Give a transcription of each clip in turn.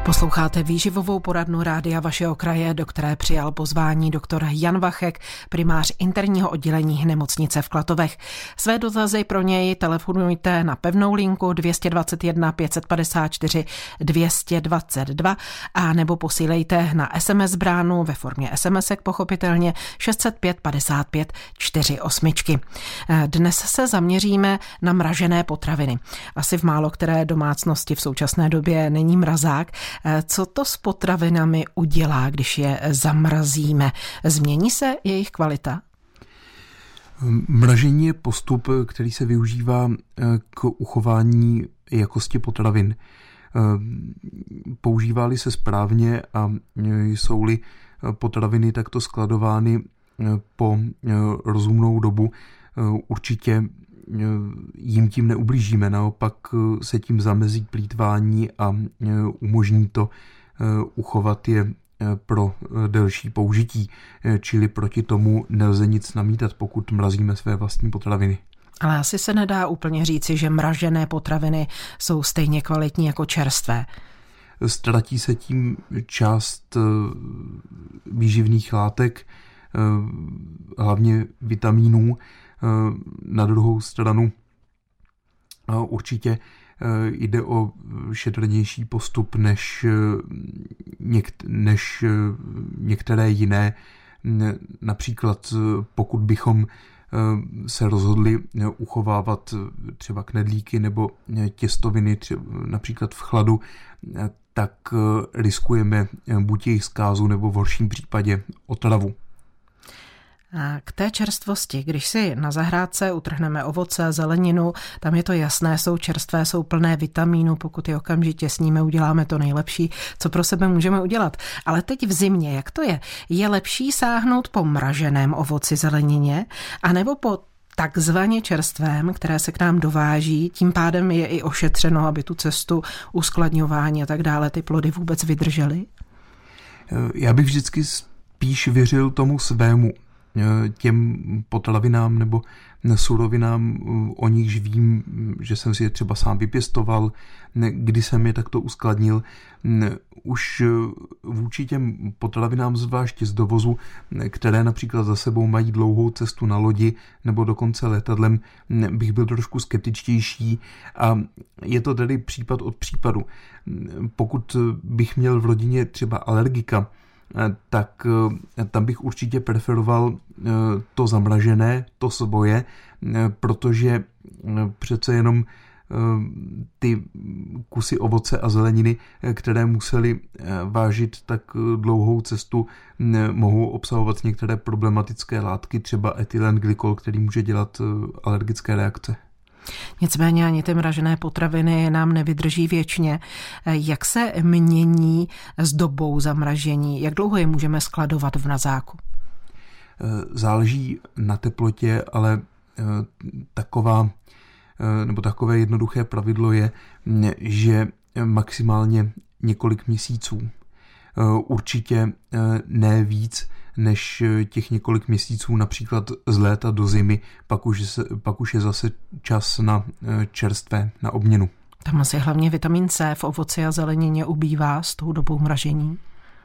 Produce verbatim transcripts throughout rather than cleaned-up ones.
Posloucháte výživovou poradnu Rádia vašeho kraje, do které přijal pozvání doktor Jan Vachek, primář interního oddělení nemocnice v Klatovech. Své dotazy pro něj telefonujte na pevnou linku dvě dva jedna pět pět čtyři dvě dva dva a nebo posílejte na es em es bránu ve formě SMSek pochopitelně šest set pět padesát pět čtyřicet osm. Dnes se zaměříme na mražené potraviny. Asi v málo které domácnosti v současné době není mrazák. Co to s potravinami udělá, když je zamrazíme? Změní se jejich kvalita? Mražení je postup, který se využívá k uchování jakosti potravin. Používá-li se správně a jsou-li potraviny takto skladovány po rozumnou dobu, určitě jim tím neublížíme, naopak se tím zamezí plýtvání a umožní to uchovat je pro delší použití, čili proti tomu nelze nic namítat, pokud mrazíme své vlastní potraviny. Ale asi se nedá úplně říci, že mražené potraviny jsou stejně kvalitní jako čerstvé. Ztratí se tím část výživných látek, hlavně vitamínů. Na druhou stranu určitě jde o šetrnější postup než, něk- než některé jiné. Například pokud bychom se rozhodli uchovávat třeba knedlíky nebo těstoviny třeba například v chladu, tak riskujeme buď jejich zkázu nebo v horším případě otravu. K té čerstvosti, když si na zahrádce utrhneme ovoce, zeleninu, tam je to jasné, jsou čerstvé, jsou plné vitamínů, pokud je okamžitě sníme, uděláme to nejlepší, co pro sebe můžeme udělat. Ale teď v zimě, jak to je? Je lepší sáhnout po mraženém ovoci, zelenině, anebo po takzvaně čerstvém, které se k nám dováží, tím pádem je i ošetřeno, aby tu cestu uskladňování a tak dále ty plody vůbec vydržely? Já bych vždycky spíš věřil tomu svému, těm potravinám nebo surovinám, o nichž vím, že jsem si je třeba sám vypěstoval, kdy jsem je takto uskladnil. Už vůči těm potravinám, zvláště z dovozu, které například za sebou mají dlouhou cestu na lodi nebo dokonce letadlem, bych byl trošku skeptičtější a je to tedy případ od případu. Pokud bych měl v rodině třeba alergika, tak tam bych určitě preferoval to zamražené, to svoje, protože přece jenom ty kusy ovoce a zeleniny, které museli vážit tak dlouhou cestu, mohou obsahovat některé problematické látky, třeba etylenglykol, který může dělat alergické reakce. Nicméně ani ty mražené potraviny nám nevydrží věčně. Jak se mění s dobou zamražení? Jak dlouho je můžeme skladovat v mrazáku? Záleží na teplotě, ale taková, nebo takové jednoduché pravidlo je, že maximálně několik měsíců. Určitě ne víc než těch několik měsíců, například z léta do zimy, pak už, se, pak už je zase čas na čerstvé, na obměnu. Tam asi hlavně vitamin C v ovoci a zelenině ubývá s tou dobou mražení?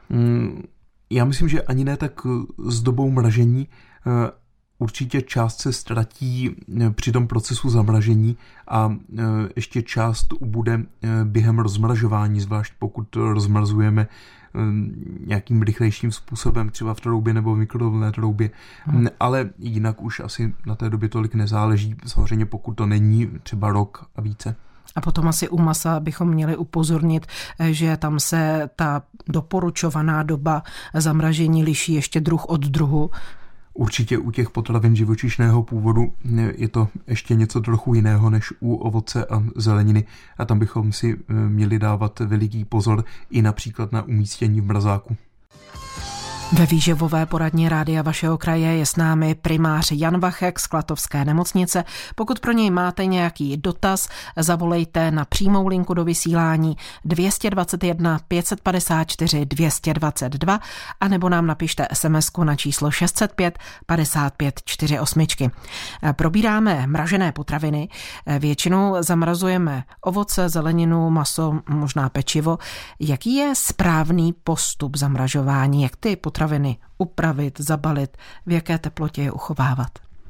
Já myslím, že ani ne tak s dobou mražení. Určitě část se ztratí při tom procesu zamražení a ještě část ubude během rozmražování, zvlášť pokud rozmrazujeme nějakým rychlejším způsobem, třeba v troubě nebo v mikrovlnné troubě, hmm. ale jinak už asi na té době tolik nezáleží, samozřejmě pokud to není třeba rok a více. A potom asi u masa bychom měli upozornit, že tam se ta doporučovaná doba zamražení liší ještě druh od druhu. Určitě u těch potravin živočišného původu je to ještě něco trochu jiného než u ovoce a zeleniny a tam bychom si měli dávat veliký pozor i například na umístění v mrazáku. Ve výživové poradně Rádia vašeho kraje je s námi primář Jan Vachek z Klatovské nemocnice. Pokud pro něj máte nějaký dotaz, zavolejte na přímou linku do vysílání dvě dvě jedna pět pět čtyři dvě dvě dva a nebo nám napište SMSku na číslo šest set pět padesát pět čtyřicet osm. Probíráme mražené potraviny. Většinou zamrazujeme ovoce, zeleninu, maso, možná pečivo. Jaký je správný postup zamražování? Jak ty potraviny upravit, zabalit, v jaké teplotě je uchovávat?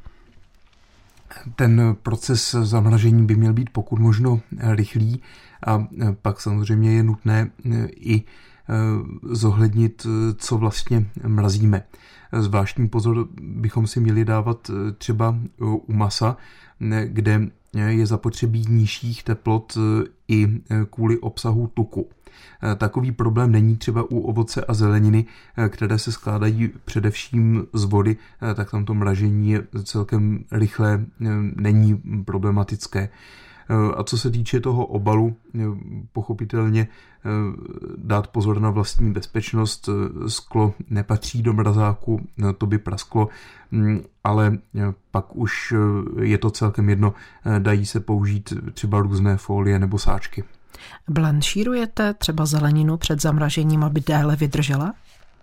Ten proces zamražení by měl být pokud možno rychlý a pak samozřejmě je nutné i zohlednit, co vlastně mrazíme. Zvláštní pozor bychom si měli dávat třeba u masa, kde je zapotřebí nižších teplot i kvůli obsahu tuku. Takový problém není třeba u ovoce a zeleniny, které se skládají především z vody, tak tam to mražení je celkem rychlé, není problematické. A co se týče toho obalu, pochopitelně dát pozor na vlastní bezpečnost. Sklo nepatří do mrazáku, to by prasklo, ale pak už je to celkem jedno, dají se použít třeba různé folie nebo sáčky. Blanšírujete třeba zeleninu před zamražením, aby déle vydržela?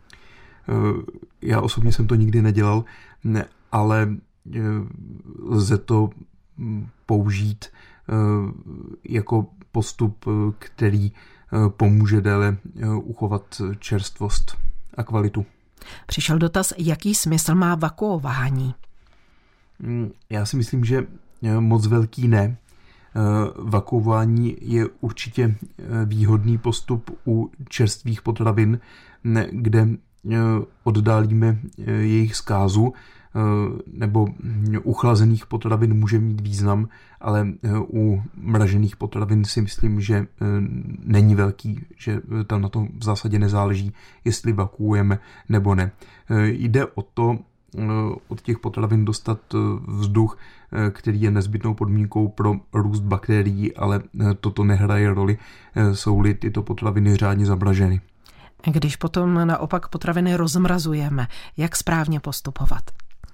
Já osobně jsem to nikdy nedělal, ale lze to použít jako postup, který pomůže déle uchovat čerstvost a kvalitu. Přišel dotaz, jaký smysl má vakuování? Já si myslím, že moc velký ne. Vakuování je určitě výhodný postup u čerstvých potravin, kde oddálíme jejich zkázu, nebo uchlazených potravin může mít význam, ale u mražených potravin si myslím, že není velký, že tam na tom v zásadě nezáleží, jestli vakuujeme nebo ne. Jde o to, od těch potravin dostat vzduch, který je nezbytnou podmínkou pro růst bakterií, ale toto nehraje roli, jsou-li tyto potraviny řádně zamraženy. Když potom naopak potraviny rozmrazujeme, jak správně postupovat?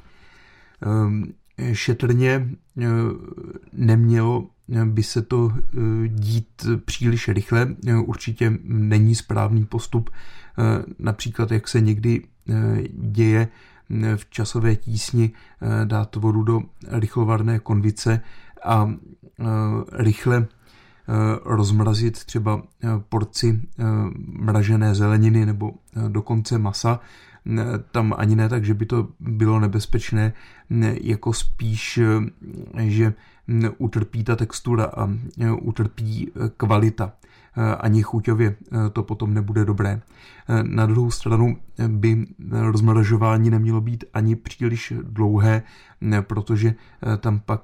Šetrně, nemělo by se to dít příliš rychle, určitě není správný postup, například jak se někdy děje v časové tísni, dát vodu do rychlovarné konvice a rychle rozmrazit třeba porci mražené zeleniny nebo dokonce masa. Tam ani ne tak, že by to bylo nebezpečné, jako spíš, že utrpí ta textura a utrpí kvalita. Ani chuťově to potom nebude dobré. Na druhou stranu by rozmražování nemělo být ani příliš dlouhé, protože tam pak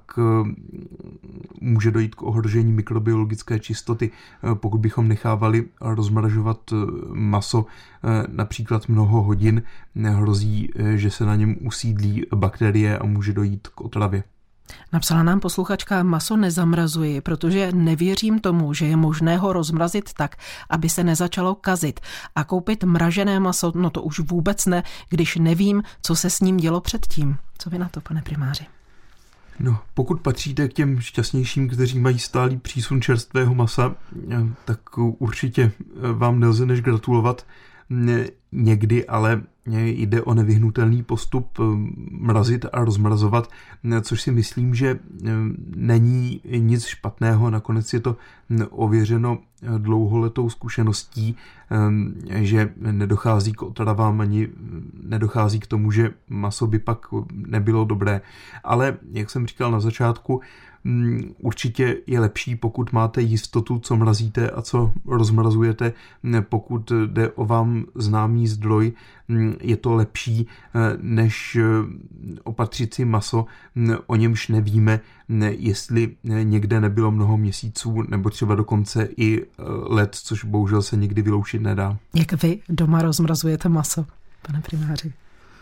může dojít k ohrožení mikrobiologické čistoty. Pokud bychom nechávali rozmražovat maso například mnoho hodin, hrozí, že se na něm usídlí bakterie a může dojít k otravě. Napsala nám posluchačka, maso nezamrazuji, protože nevěřím tomu, že je možné ho rozmrazit tak, aby se nezačalo kazit. A koupit mražené maso, no to už vůbec ne, když nevím, co se s ním dělo předtím. Co vy na to, pane primáři? No, pokud patříte k těm šťastnějším, kteří mají stálý přísun čerstvého masa, tak určitě vám nelze než gratulovat. Někdy ale jde o nevyhnutelný postup mrazit a rozmrazovat, což si myslím, že není nic špatného. Nakonec je to ověřeno dlouholetou zkušeností, že nedochází k otravám ani nedochází k tomu, že maso by pak nebylo dobré. Ale, jak jsem říkal na začátku, určitě je lepší, pokud máte jistotu, co mrazíte a co rozmrazujete. Pokud jde o vám známý zdroj, je to lepší, než opatřit si maso, o němž nevíme, jestli někde nebylo mnoho měsíců nebo třeba dokonce i let, což bohužel se nikdy vyloučit nedá. Jak vy doma rozmrazujete maso, pane primáři?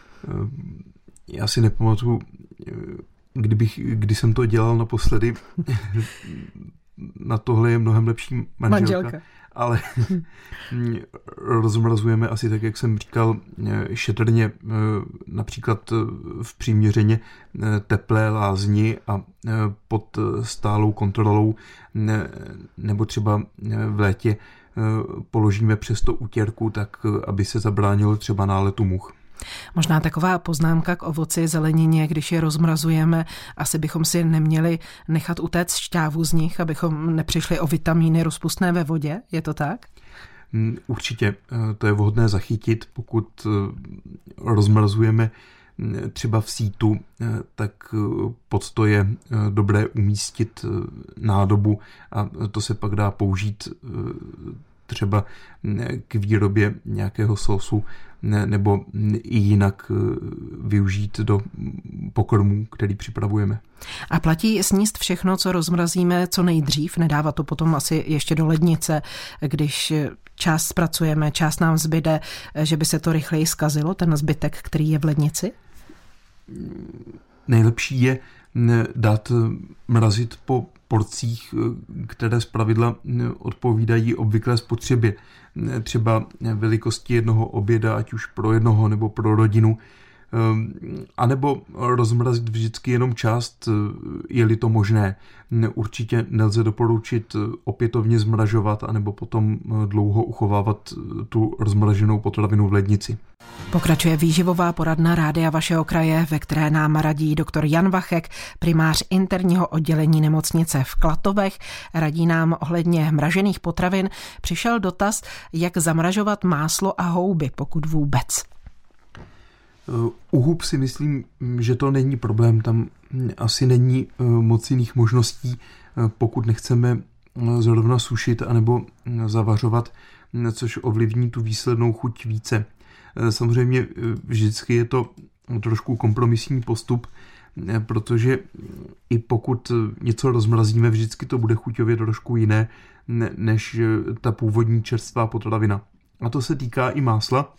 Já si nepamatuju, Kdybych, když jsem to dělal naposledy, na tohle je mnohem lepší manželka. manželka. ale rozmrazujeme asi tak, jak jsem říkal, šetrně, například v přiměřeně teplé lázni a pod stálou kontrolou, nebo třeba v létě položíme přes to utěrku, tak aby se zabránilo třeba náletu much. Možná taková poznámka k ovoci, zelenině, když je rozmrazujeme, asi bychom si neměli nechat utéct šťávu z nich, abychom nepřišli o vitamíny rozpustné ve vodě, je to tak? Určitě, to je vhodné zachytit, pokud rozmrazujeme třeba v sítu, tak pod to je dobré umístit nádobu a to se pak dá použít třeba k výrobě nějakého sosu nebo i jinak využít do pokrmů, který připravujeme. A platí sníst všechno, co rozmrazíme, co nejdřív, nedávat to potom asi ještě do lednice, když část zpracujeme, část nám zbyde, že by se to rychleji zkazilo, ten zbytek, který je v lednici? Nejlepší je dát mrazit po porcích, které zpravidla odpovídají obvyklé spotřebě. Třeba velikosti jednoho oběda, ať už pro jednoho nebo pro rodinu. A nebo rozmrazit vždycky jenom část, je-li to možné. Určitě nelze doporučit opětovně zmražovat anebo potom dlouho uchovávat tu rozmraženou potravinu v lednici. Pokračuje výživová poradna Rádia vašeho kraje, ve které nám radí doktor Jan Vachek, primář interního oddělení nemocnice v Klatovech. Radí nám ohledně mražených potravin. Přišel dotaz, jak zamražovat máslo a houby, pokud vůbec. U hub si myslím, že to není problém, tam asi není moc jiných možností, pokud nechceme zrovna sušit anebo zavařovat, což ovlivní tu výslednou chuť více. Samozřejmě vždycky je to trošku kompromisní postup, protože i pokud něco rozmrazíme, vždycky to bude chuťově trošku jiné než ta původní čerstvá potravina. A to se týká i másla.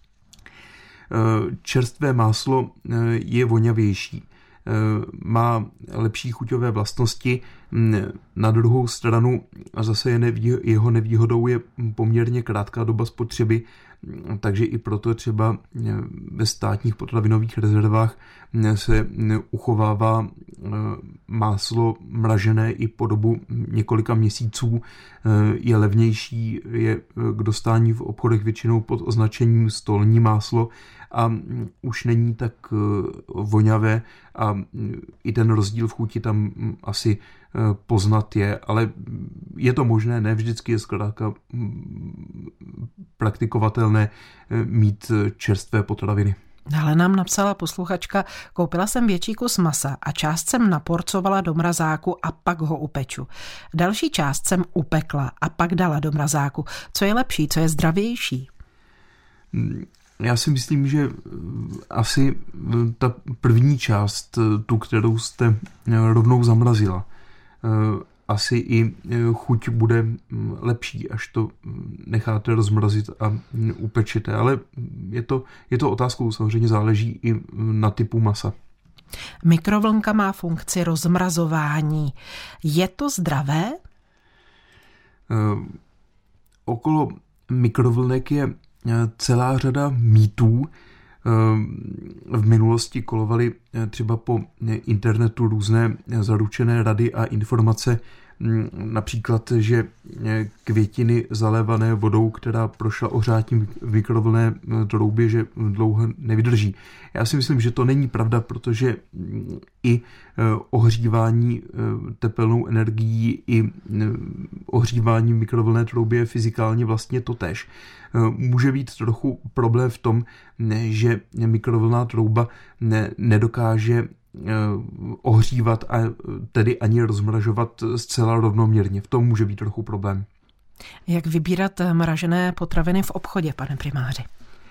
Čerstvé máslo je voňavější, má lepší chuťové vlastnosti, na druhou stranu zase je nevý, jeho nevýhodou je poměrně krátká doba spotřeby, takže i proto třeba ve státních potravinových rezervách se uchovává máslo mražené i po dobu několika měsíců, je levnější, je k dostání v obchodech většinou pod označením stolní máslo a už není tak voňavé a i ten rozdíl v chuti tam asi poznat je, ale je to možné, ne vždycky je zkrátka praktikovatelné mít čerstvé potraviny. Dále nám napsala posluchačka, koupila jsem větší kus masa a část jsem naporcovala do mrazáku a pak ho upeču. Další část jsem upekla a pak dala do mrazáku. Co je lepší, co je zdravější? Já si myslím, že asi ta první část, tu, kterou jste rovnou zamrazila, asi i chuť bude lepší, až to necháte rozmrazit a upečete, ale je to, je to otázkou, samozřejmě záleží i na typu masa. Mikrovlnka má funkci rozmrazování. Je to zdravé? Okolo mikrovlnek je celá řada mýtů. V minulosti kolovaly třeba po internetu různé zaručené rady a informace, například, že květiny zalévané vodou, která prošla ohřátím v mikrovlnné troubě, že dlouho nevydrží. Já si myslím, že to není pravda, protože i ohřívání tepelnou energií, i ohřívání v mikrovlnné troubě je fyzikálně vlastně totéž. Může být trochu problém v tom, že mikrovlnná trouba nedokáže ohřívat a tedy ani rozmražovat zcela rovnoměrně. V tom může být trochu problém. Jak vybírat mražené potraviny v obchodě, pane primáři?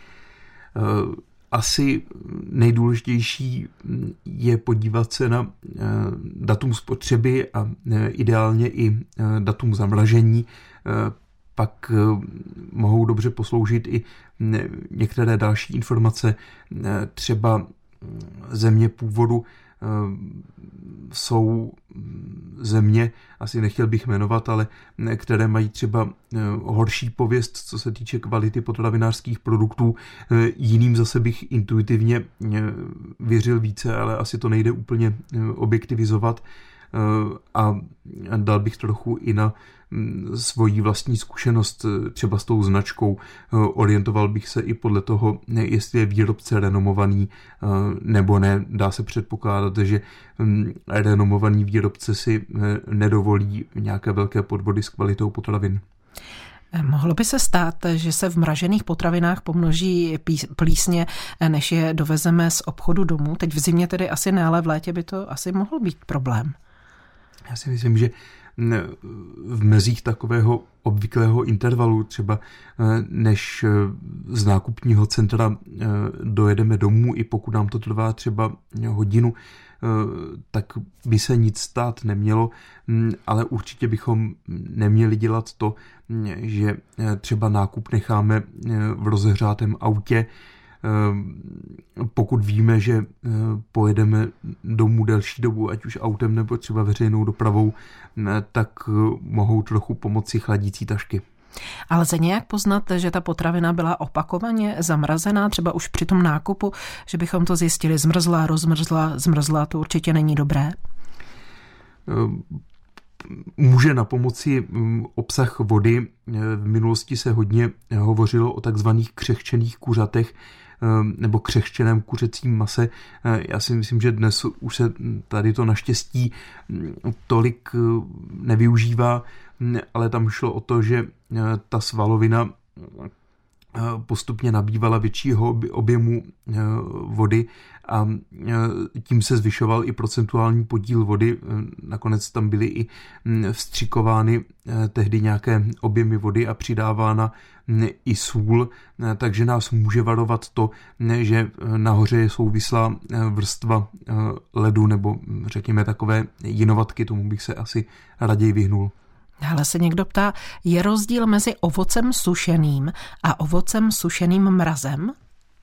Asi nejdůležitější je podívat se na datum spotřeby a ideálně i datum zamražení. Pak mohou dobře posloužit i některé další informace, třeba země původu, jsou země, asi nechtěl bych jmenovat, ale které mají třeba horší pověst, co se týče kvality potravinářských produktů. Jiným zase bych intuitivně věřil více, ale asi to nejde úplně objektivizovat. A dal bych trochu i na svoji vlastní zkušenost třeba s tou značkou. Orientoval bych se i podle toho, jestli je výrobce renomovaný nebo ne. Dá se předpokládat, že renomovaný výrobce si nedovolí nějaké velké podvody s kvalitou potravin. Mohlo by se stát, že se v mražených potravinách pomnoží plísně, než je dovezeme z obchodu domů? Teď v zimě tedy asi ne, ale v létě by to asi mohl být problém. Já si myslím, že v mezích takového obvyklého intervalu, třeba než z nákupního centra dojedeme domů, i pokud nám to trvá třeba hodinu, tak by se nic stát nemělo, ale určitě bychom neměli dělat to, že třeba nákup necháme v rozehřátém autě, pokud víme, že pojedeme domů delší dobu, ať už autem nebo třeba veřejnou dopravou, tak mohou trochu pomoci chladící tašky. Ale lze nějak poznat, že ta potravina byla opakovaně zamrazená, třeba už při tom nákupu, že bychom to zjistili, zmrzla, rozmrzla, zmrzla, to určitě není dobré? Může na pomoci obsah vody. V minulosti se hodně hovořilo o takzvaných křehčených kuřatech nebo křehčeném kuřecím mase. Já si myslím, že dnes už se tady to naštěstí tolik nevyužívá, ale tam šlo o to, že ta svalovina postupně nabývala většího objemu vody a tím se zvyšoval i procentuální podíl vody. Nakonec tam byly i vstřikovány tehdy nějaké objemy vody a přidávána i sůl, takže nás může varovat to, že nahoře je souvislá vrstva ledu nebo řekněme takové jinovatky, tomu bych se asi raději vyhnul. Dále se někdo ptá, je rozdíl mezi ovocem sušeným a ovocem sušeným mrazem?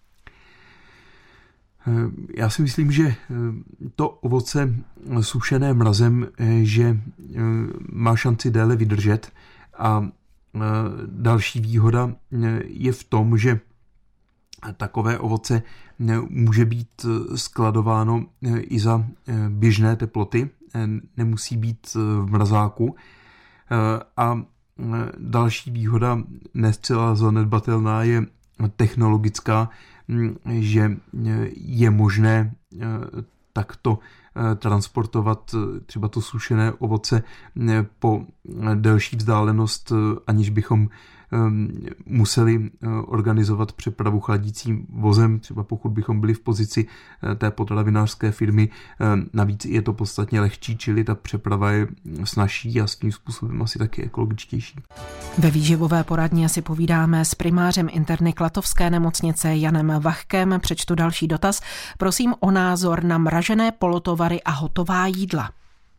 Já si myslím, že to ovoce sušené mrazem, že má šanci déle vydržet a další výhoda je v tom, že takové ovoce může být skladováno i za běžné teploty, nemusí být v mrazáku. A další výhoda nezcela zanedbatelná je technologická, že je možné takto transportovat třeba to sušené ovoce po delší vzdálenost, aniž bychom museli organizovat přepravu chladícím vozem, třeba pokud bychom byli v pozici té potravinářské firmy. Navíc je to podstatně lehčí, čili ta přeprava je snazší a svým způsobem asi taky ekologičtější. Ve výživové poradně si povídáme s primářem interny Klatovské nemocnice Janem Vachkem. Přečtu další dotaz. Prosím o názor na mražené polotovary a hotová jídla.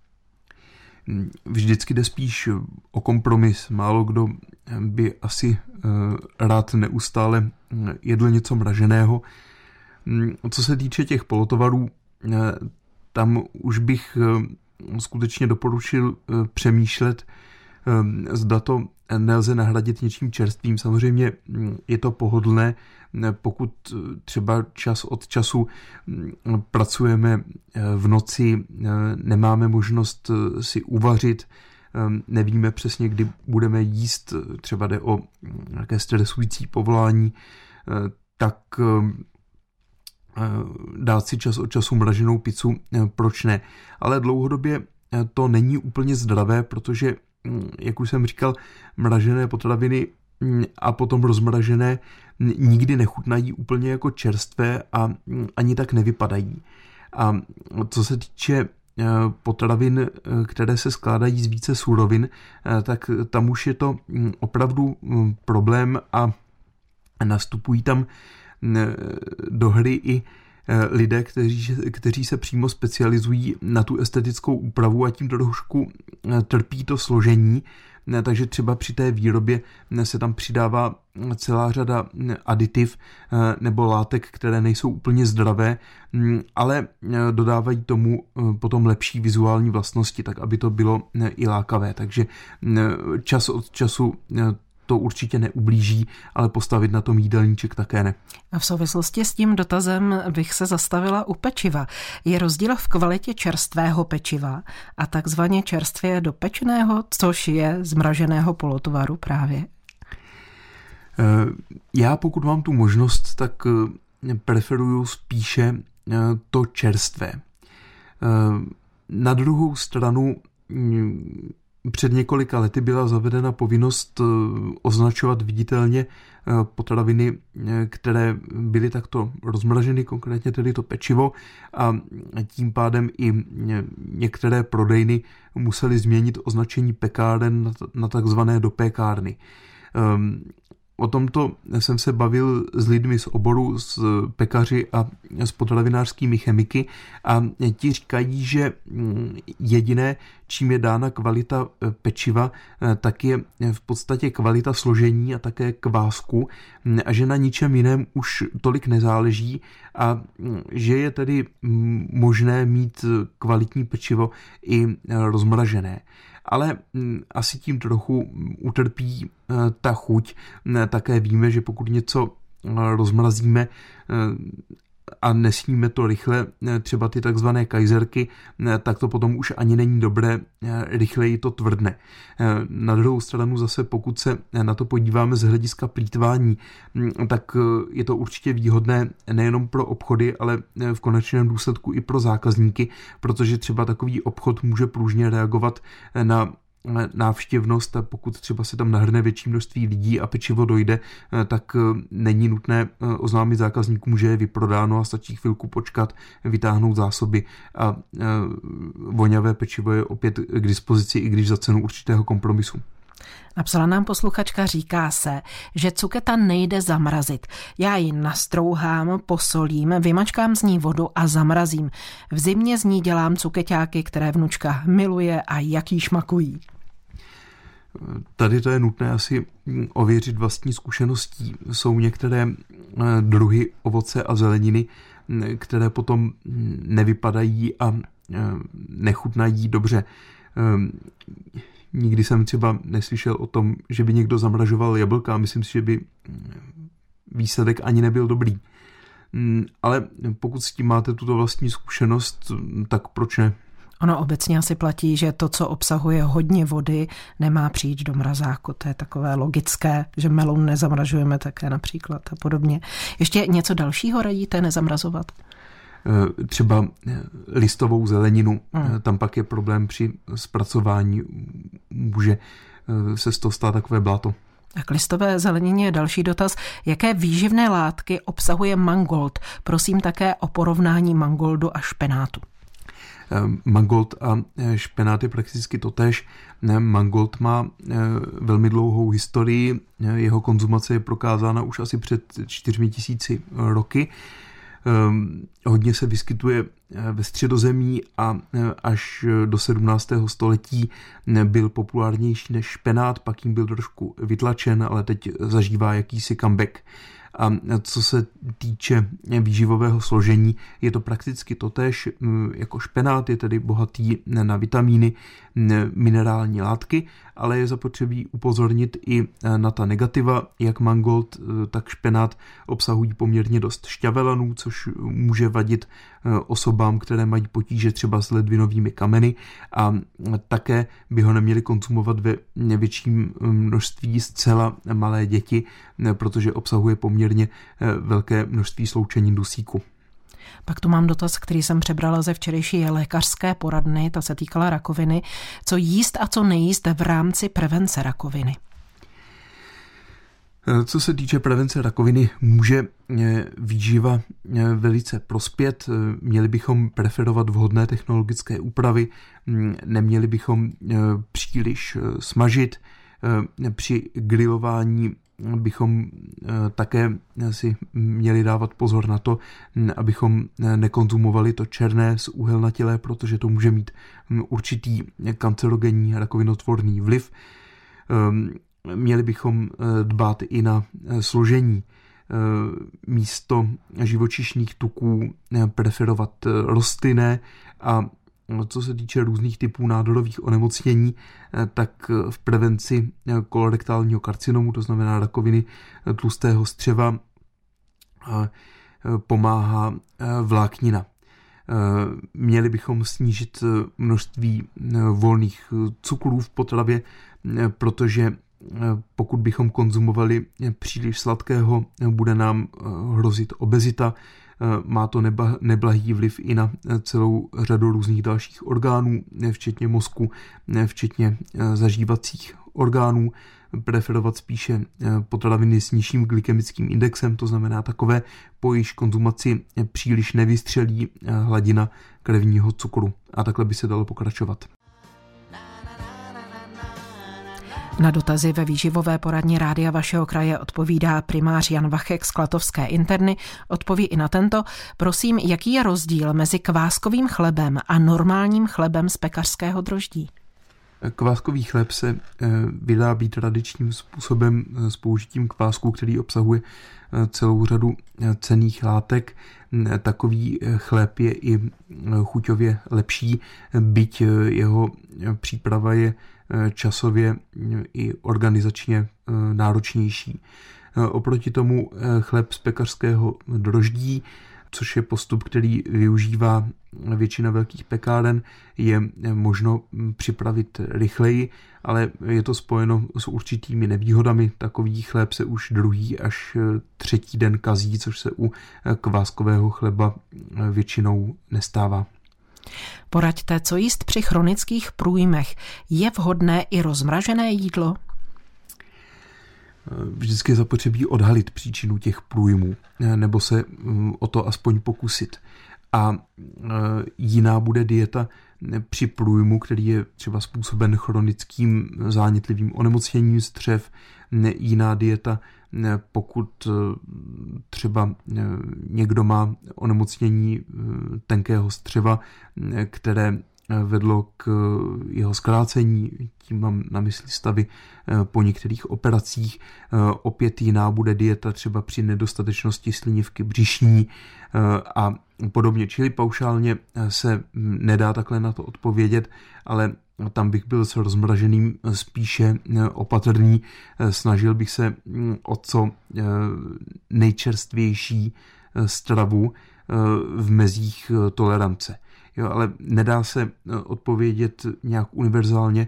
Vždycky jde spíš o kompromis. Málo kdo by asi rád neustále jedl něco mraženého. Co se týče těch polotovarů, tam už bych skutečně doporučil přemýšlet, zda to nelze nahradit něčím čerstvým. Samozřejmě je to pohodlné, pokud třeba čas od času pracujeme v noci, nemáme možnost si uvařit, nevíme přesně, kdy budeme jíst, třeba jde o nějaké stresující povolání, tak dát si čas od času mraženou pizzu, proč ne. Ale dlouhodobě to není úplně zdravé, protože, jak už jsem říkal, mražené potraviny a potom rozmražené nikdy nechutnají úplně jako čerstvé a ani tak nevypadají. A co se týče potravin, které se skládají z více surovin, tak tam už je to opravdu problém a nastupují tam do hry i lidé, kteří, kteří se přímo specializují na tu estetickou úpravu a tím trošku trpí to složení, takže třeba při té výrobě se tam přidává celá řada aditiv nebo látek, které nejsou úplně zdravé, ale dodávají tomu potom lepší vizuální vlastnosti, tak aby to bylo i lákavé. Takže čas od času to určitě neublíží, ale postavit na tom jídelníček také ne. A v souvislosti s tím dotazem bych se zastavila u pečiva. Je rozdíl v kvalitě čerstvého pečiva a takzvaně čerstvě dopečeného, což je zmraženého polotovaru právě? Já pokud mám tu možnost, tak preferuju spíše to čerstvé. Na druhou stranu před několika lety byla zavedena povinnost označovat viditelně potraviny, které byly takto rozmraženy, konkrétně tedy to pečivo, a tím pádem i některé prodejny musely změnit označení pekáren na takzvané dopékárny. O tomto jsem se bavil s lidmi z oboru, s pekaři a s potravinářskými chemiky a ti říkají, že jediné, čím je dána kvalita pečiva, tak je v podstatě kvalita složení a také kvásku a že na ničem jiném už tolik nezáleží a že je tedy možné mít kvalitní pečivo i rozmražené. Ale asi tím trochu utrpí ta chuť. Také víme, že pokud něco rozmrazíme a nesníme to rychle, třeba ty takzvané kajzerky, tak to potom už ani není dobré, rychleji to tvrdne. Na druhou stranu zase, pokud se na to podíváme z hlediska plýtvání, tak je to určitě výhodné nejenom pro obchody, ale v konečném důsledku i pro zákazníky, protože třeba takový obchod může pružně reagovat na návštěvnost a pokud třeba se tam nahrne větší množství lidí a pečivo dojde, tak není nutné oznámit zákazníkům, že je vyprodáno a stačí chvilku počkat, vytáhnout zásoby a voňavé pečivo je opět k dispozici, i když za cenu určitého kompromisu. Napsala nám posluchačka, říká se, že cuketa nejde zamrazit. Já ji nastrouhám, posolím, vymačkám z ní vodu a zamrazím. V zimě z ní dělám cukeťáky, které vnučka miluje a jaký šmakují. Tady to je nutné asi ověřit vlastní zkušeností. Jsou některé druhy ovoce a zeleniny, které potom nevypadají a nechutnají dobře. Nikdy jsem třeba neslyšel o tom, že by někdo zamražoval jablka. Myslím si, že by výsledek ani nebyl dobrý. Ale pokud s tím máte tuto vlastní zkušenost, tak proč ne? Ono obecně asi platí, že to, co obsahuje hodně vody, nemá přijít do mrazáku. To je takové logické, že melon nezamražujeme také například a podobně. Ještě něco dalšího radíte nezamrazovat? Třeba listovou zeleninu. Hmm. Tam pak je problém při zpracování. Může se z toho stát takové bláto. A k listové zelenině je další dotaz. Jaké výživné látky obsahuje mangold? Prosím také o porovnání mangoldu a špenátu. Mangold a špenát je prakticky totéž. Mangold má velmi dlouhou historii. Jeho konzumace je prokázána už asi před čtyřmi tisíci roky. Hodně se vyskytuje ve Středozemí a až do sedmnáctého století byl populárnější než špenát, pak jim byl trošku vytlačen, ale teď zažívá jakýsi comeback. A co se týče výživového složení, je to prakticky totéž jako špenát, je tedy bohatý na vitamíny, minerální látky, ale je zapotřebí upozornit i na ta negativa. Jak mangold, tak špenát obsahují poměrně dost šťavelanů, což může vadit osobám, které mají potíže třeba s ledvinovými kameny, a také by ho neměli konzumovat ve větším množství zcela malé děti, protože obsahuje poměrně velké množství sloučenin dusíku. Pak tu mám dotaz, který jsem přebrala ze včerejší lékařské poradny, ta se týkala rakoviny. Co jíst a co nejíst v rámci prevence rakoviny? Co se týče prevence rakoviny, může výživa velice prospět. Měli bychom preferovat vhodné technologické úpravy, neměli bychom příliš smažit. Při grilování bychom také si měli dávat pozor na to, abychom nekonzumovali to černé z uhelnatělé, protože to může mít určitý kancerogenní rakovinotvorný vliv. Měli bychom dbát i na složení. Místo živočišných tuků preferovat rostlinné a co se týče různých typů nádorových onemocnění, tak v prevenci kolorektálního karcinomu, to znamená rakoviny tlustého střeva, pomáhá vláknina. Měli bychom snížit množství volných cukrů v potravě, protože pokud bychom konzumovali příliš sladkého, bude nám hrozit obezita. Má to neblahý vliv i na celou řadu různých dalších orgánů, včetně mozku, včetně zažívacích orgánů. Preferovat spíše potraviny s nižším glykemickým indexem, to znamená takové, po jejichž konzumaci příliš nevystřelí hladina krevního cukru. A takhle by se dalo pokračovat. Na dotazy ve výživové poradně Rádia vašeho kraje odpovídá primář Jan Vachek z Klatovské interny. Odpoví i na tento. Prosím, jaký je rozdíl mezi kváskovým chlebem a normálním chlebem z pekařského droždí? Kváskový chléb se vyrábí tradičním způsobem s použitím kvásku, který obsahuje celou řadu cenných látek. Takový chléb je i chuťově lepší, byť jeho příprava je časově i organizačně náročnější. Oproti tomu chléb z pekařského droždí, což je postup, který využívá většina velkých pekáren, je možno připravit rychleji, ale je to spojeno s určitými nevýhodami. Takový chléb se už druhý až třetí den kazí, což se u kváskového chleba většinou nestává. Poraďte, co jíst při chronických průjmech. Je vhodné i rozmražené jídlo? Vždycky je zapotřebí odhalit příčinu těch průjmů, nebo se o to aspoň pokusit. A jiná bude dieta při průjmu, který je třeba způsoben chronickým zánětlivým onemocněním střev, jiná dieta, pokud třeba někdo má onemocnění tenkého střeva, které vedlo k jeho zkrácení, tím mám na mysli stavy po některých operacích. Opět jiná bude dieta třeba při nedostatečnosti slinivky břišní a podobně. Čili paušálně se nedá takhle na to odpovědět, ale tam bych byl s rozmraženým spíše opatrný. Snažil bych se o co nejčerstvější stravu v mezích tolerance. Jo, ale nedá se odpovědět nějak univerzálně.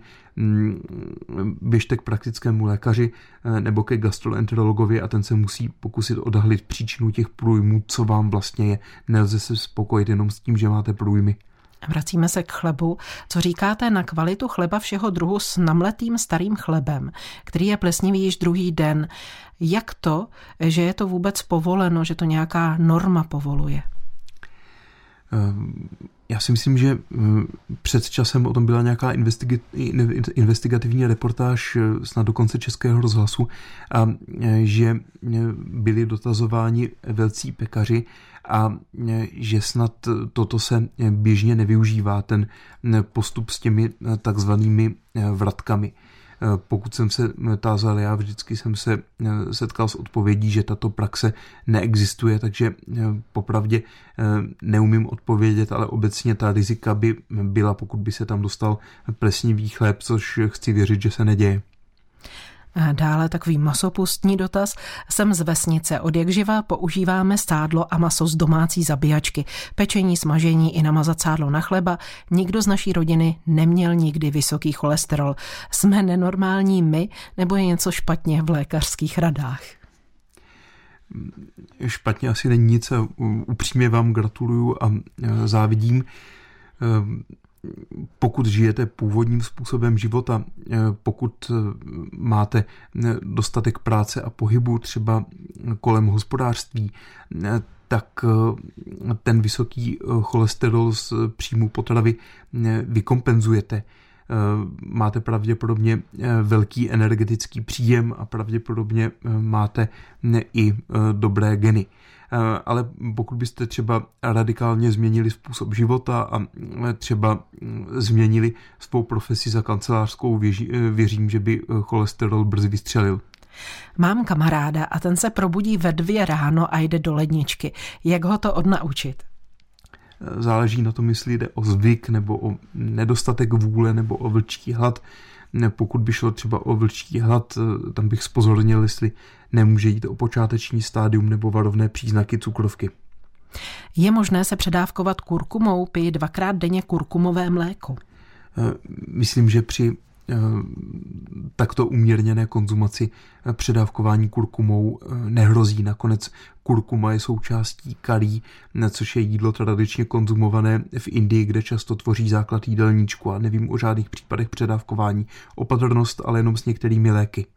Běžte k praktickému lékaři nebo ke gastroenterologovi a ten se musí pokusit odhalit příčinu těch průjmů, co vám vlastně je. Nelze se spokojit jenom s tím, že máte průjmy. Vracíme se k chlebu. Co říkáte na kvalitu chleba všeho druhu s namletým starým chlebem, který je plesnivý již druhý den? Jak to, že je to vůbec povoleno, že to nějaká norma povoluje? Já si myslím, že před časem o tom byla nějaká investigativní reportáž snad dokonce Českého rozhlasu a že byli dotazováni velcí pekaři a že snad toto se běžně nevyužívá, ten postup s těmi takzvanými vratkami. Pokud jsem se tázal já, vždycky jsem se setkal s odpovědí, že tato praxe neexistuje, takže popravdě neumím odpovědět, ale obecně ta rizika by byla, pokud by se tam dostal plesnivý chléb, což chci věřit, že se neděje. Dále takový masopustní dotaz. Jsem z vesnice. Od jak živa používáme sádlo a maso z domácí zabíjačky. Pečení, smažení i namazat sádlo na chleba. Nikdo z naší rodiny neměl nikdy vysoký cholesterol. Jsme nenormální my, nebo je něco špatně v lékařských radách? Špatně asi není nic a upřímně vám gratuluju a závidím. Pokud žijete původním způsobem života, pokud máte dostatek práce a pohybu třeba kolem hospodářství, tak ten vysoký cholesterol z příjmu potravy vykompenzujete. Máte pravděpodobně velký energetický příjem a pravděpodobně máte i dobré geny. ale pokud byste třeba radikálně změnili způsob života a třeba změnili svou profesi za kancelářskou, věří, věřím, že by cholesterol brzy vystřelil. Mám kamaráda a ten se probudí ve dvě ráno a jde do ledničky. Jak ho to odnaučit? Záleží na tom, jestli jde o zvyk nebo o nedostatek vůle nebo o vlčí hlad. Pokud by šlo třeba o vlčí hlad, tam bych zpozornil, jestli nemůže jít o počáteční stádium nebo varovné příznaky cukrovky. Je možné se předávkovat kurkumou, piji dvakrát denně kurkumové mléko? Myslím, že při takto uměrněné konzumaci předávkování kurkumou nehrozí. Nakonec kurkuma je součástí karí, což je jídlo tradičně konzumované v Indii, kde často tvoří základ jídelníčku a nevím o žádných případech předávkování. Opatrnost ale jenom s některými léky.